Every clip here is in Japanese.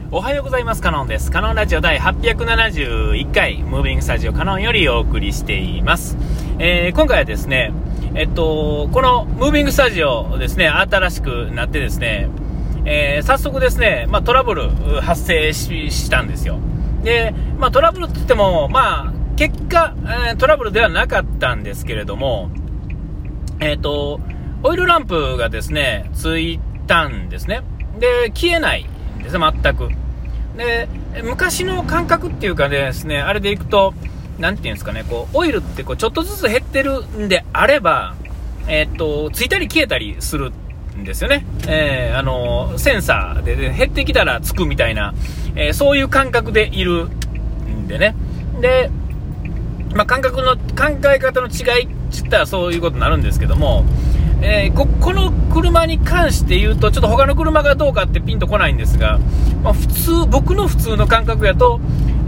おはようございます。カノンです。カノンラジオ第871回ムービングスタジオカノンよりお送りしています。今回はですね、このムービングスタジオですね、新しくなってですね、早速ですね、トラブル発生したんですよ。で、トラブルって言っても、結果、トラブルではなかったんですけれども、オイルランプがですね、ついたんですね。で、消えないんですね、全く。で、昔の感覚っていうかですね、あれでいくと、なんていうんですかね、オイルってちょっとずつ減ってるんであれば、ついたり消えたりするんですよね。センサーで、減ってきたらつくみたいな、そういう感覚でいるんでね。で、考え方の違いって言ったらそういうことになるんですけども、この車に関して言うと、ちょっと他の車がどうかってピンとこないんですが、僕の普通の感覚やと、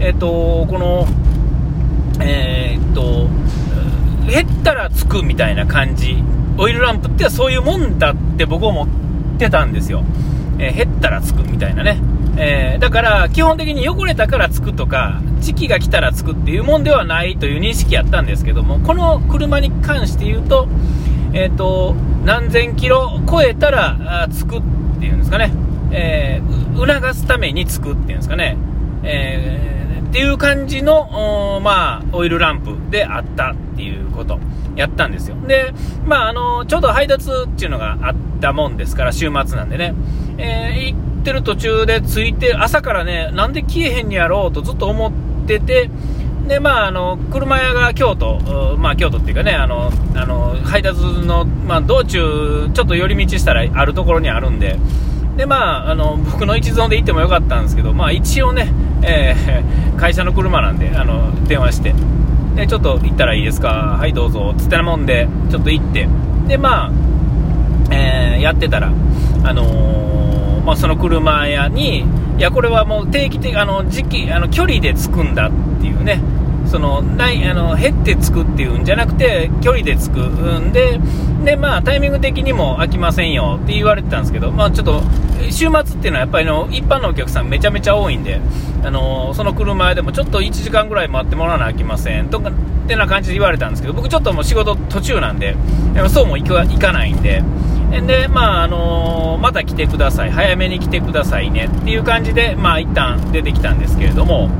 減ったらつくみたいな感じ、オイルランプってそういうもんだって僕は思ってたんですよ。減ったらつくみたいなね。だから基本的に汚れたからつくとか、時期が来たらつくっていうもんではないという認識やったんですけども、この車に関して言うと、何千キロ超えたらつくっていうんですかね、促すためにつくっていうんですかね、っていう感じのオイルランプであったっていうことやったんですよ。で、ちょうど配達っていうのがあったもんですから、週末なんでね、行ってる途中でついて、朝からね、なんで消えへんにやろうとずっと思ってて、で、車屋が京都っていうかね、配達の、道中、ちょっと寄り道したらあるところにあるんで、で、僕の一存で行ってもよかったんですけど、一応ね、会社の車なんで、電話して、で、ちょっと行ったらいいですか、はいどうぞ、つってなもんで、ちょっと行って、で、やってたら、その車屋に、いや、これはもう定期的、距離でつくんだっていうね、減ってつくっていうんじゃなくて、距離でつくんで、タイミング的にも飽きませんよって言われてたんですけど、ちょっと、週末っていうのはやっぱり一般のお客さんめちゃめちゃ多いんで、その車屋でもちょっと1時間ぐらい待ってもらわな飽きませんとかってな感じで言われたんですけど、僕ちょっともう仕事途中なんで、そうもいかないんで、で、また来てください、早めに来てくださいねっていう感じで、一旦出てきたんですけれども、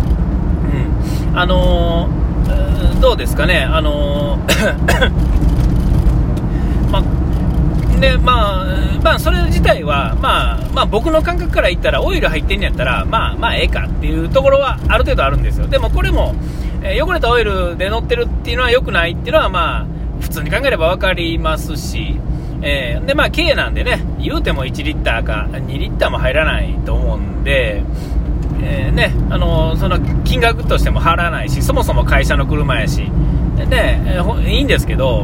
どうですかね、で、それ自体は、僕の感覚から言ったら、オイル入ってんやったら、ええかっていうところはある程度あるんですよ。でもこれも、汚れたオイルで乗ってるっていうのは良くないっていうのは、普通に考えれば分かりますし、で、軽なんでね、言うても1リッターか2リッターも入らないと思うんで、その金額としても払わないし、そもそも会社の車やし、いいんですけど、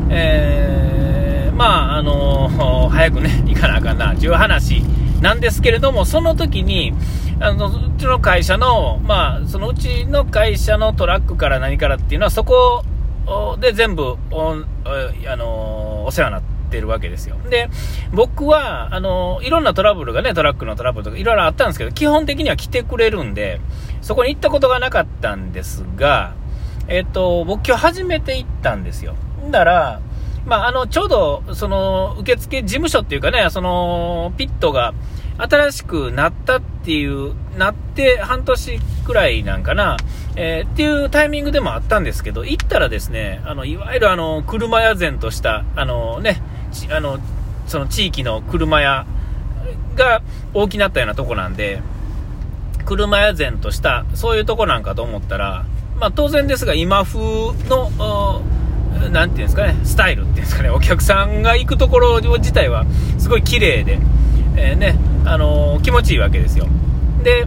早くね、行かなあかんな、という話なんですけれども、その時に、うちの会社の、そのうちの会社のトラックから何からっていうのは、そこで全部、お世話になってるわけですよ。で、僕はいろんなトラブルがね、トラックのトラブルとかいろいろあったんですけど、基本的には来てくれるんで、そこに行ったことがなかったんですが、僕今日初めて行ったんですよ。だからちょうどその受付事務所っていうかね、そのピットが新しくなって半年くらいなんかな、っていうタイミングでもあったんですけど、行ったらですね、いわゆる車屋前としたその地域の車屋が大きなったようなとこなんで、車屋前としたそういうとこなんかと思ったら、当然ですが今風のなんていうんですかね、スタイルっていうんですかね、お客さんが行くところ自体はすごい綺麗で、気持ちいいわけですよ。で、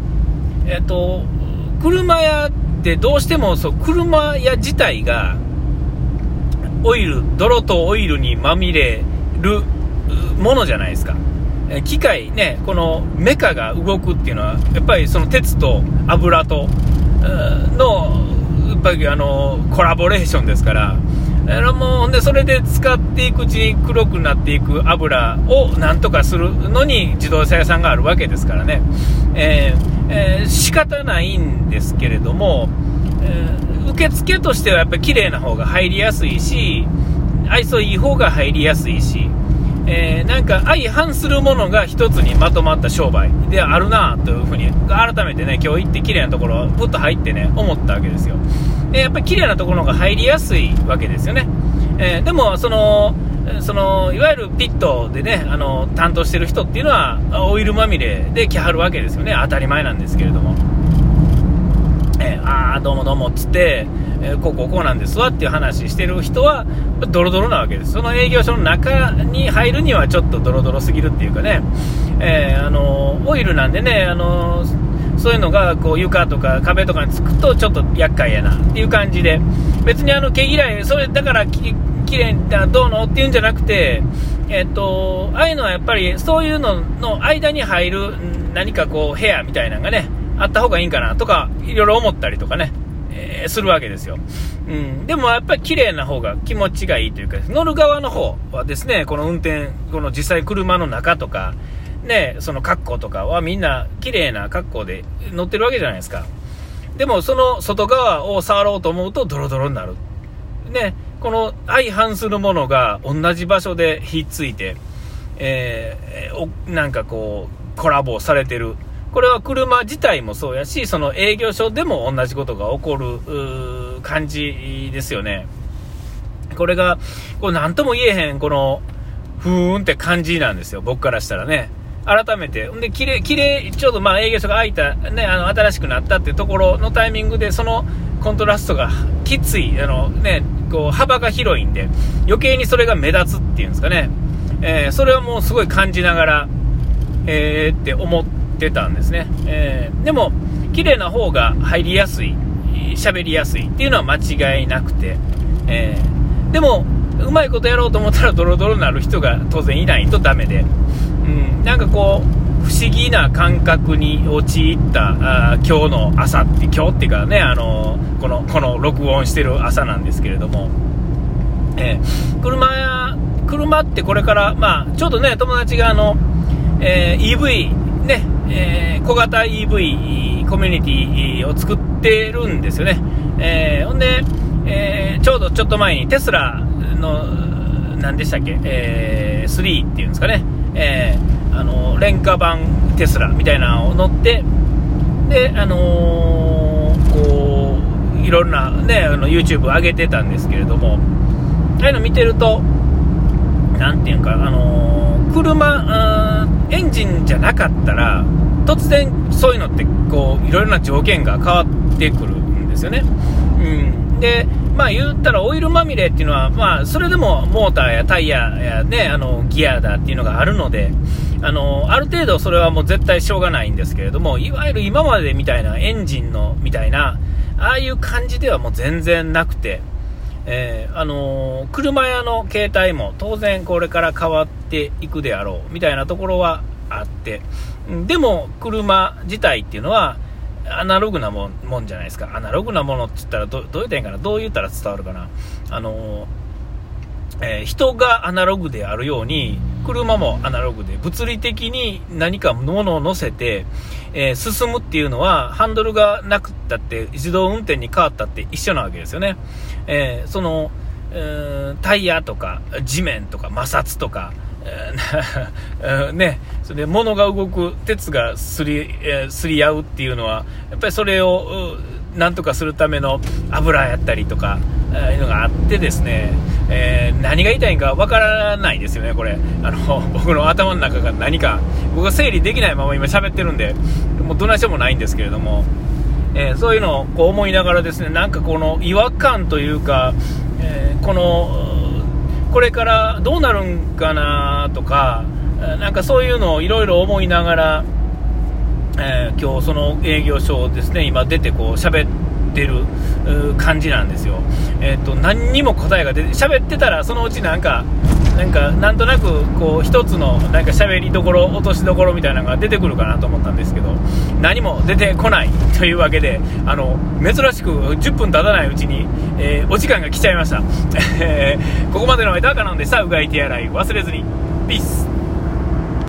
車屋ってどうしても車屋自体が泥とオイルにまみれるものじゃないですか。機械ね、このメカが動くっていうのはやっぱりその鉄と油とのやっぱりコラボレーションですから、 もうでそれで使っていくうちに黒くなっていく油をなんとかするのに自動車屋さんがあるわけですからね、仕方ないんですけれども、受付としてはやっぱり綺麗な方が入りやすいし、愛想いい方が入りやすいし、なんか相反するものが一つにまとまった商売であるなというふうに改めてね、今日行って綺麗なところプッと入ってね思ったわけですよ。やっぱり綺麗なところが入りやすいわけですよね。でもそのいわゆるピットでね担当してる人っていうのはオイルまみれで来はるわけですよね。当たり前なんですけれども、どうもどうもっつって、こうなんですわっていう話してる人はドロドロなわけです。その営業所の中に入るにはちょっとドロドロすぎるっていうかね、オイルなんでね、そういうのがこう床とか壁とかにつくとちょっと厄介やなっていう感じで、別に毛嫌いそれだからきれいだどうのっていうんじゃなくて、ああいうのはやっぱりそういうのの間に入る何かこう部屋みたいなのがねあった方がいいんかなとかいろいろ思ったりとかね、するわけですよ。でもやっぱり綺麗な方が気持ちがいいというか、乗る側の方はですね、この実際車の中とかね、その格好とかはみんな綺麗な格好で乗ってるわけじゃないですか。でもその外側を触ろうと思うとドロドロになるね。この相反するものが同じ場所でひっついて、なんかこうコラボされてる。これは車自体もそうやし、その営業所でも同じことが起こる感じですよね。これがこう何とも言えへんこのふーんって感じなんですよ、僕からしたらね。改めてで綺麗ちょうど営業所が開いたね、新しくなったっていうところのタイミングでそのコントラストがきついこう幅が広いんで余計にそれが目立つっていうんですかね。それはもうすごい感じながらって思ってたんですね。でも綺麗な方が入りやすい、喋りやすいっていうのは間違いなくて、でもうまいことやろうと思ったらドロドロになる人が当然いないとダメで、なんかこう不思議な感覚に陥った今日の朝って今日っていうかね、この録音してる朝なんですけれども、車ってこれからちょうどね友達がEV ね、小型 EV コミュニティを作ってるんですよね。ほんで、ちょっと前にテスラの何でしたっけ、3っていうんですかね、廉価版テスラみたいなのを乗ってでこういろんなねYouTube 上げてたんですけれども、ああいうの見てるとなんていうか車エンジンじゃなかったら突然そういうのってこういろいろな条件が変わってくるんですよね。で言ったらオイルまみれっていうのはそれでもモーターやタイヤやねギアだっていうのがあるのである程度それはもう絶対しょうがないんですけれども、いわゆる今までみたいなエンジンのみたいなああいう感じではもう全然なくて、車屋の形態も当然これから変わっていくであろうみたいなところはあって、でも車自体っていうのはアナログなもんじゃないですか。アナログなものって言ったらどう言ったらいいかな、どう言ったら伝わるかな。人がアナログであるように車もアナログで物理的に何か物を乗せて、進むっていうのはハンドルがなくったって自動運転に変わったって一緒なわけですよね。タイヤとか地面とか摩擦とかね、それで物が動く鉄がすり合うっていうのはやっぱりそれをなんとかするための油やったりとかいうのがあってですね、何が言いたいんかわからないですよね。これ僕の頭の中が何か僕が整理できないまま今喋ってるんでもうどないしてもないんですけれども、そういうのをこう思いながらですね、なんかこの違和感というか、これからどうなるんかなとか、なんかそういうのをいろいろ思いながら、今日その営業所をですね今出てこう喋ってる感じなんですよ。何にも答えが出て喋ってたらそのうちなんかなんとなくこう一つのなんか喋りどころ、落としどころみたいなのが出てくるかなと思ったんですけど、何も出てこないというわけで、珍しく10分経たないうちに、お時間が来ちゃいました。ここまでの間はカノンでした。うがい手洗い忘れずに。ピース。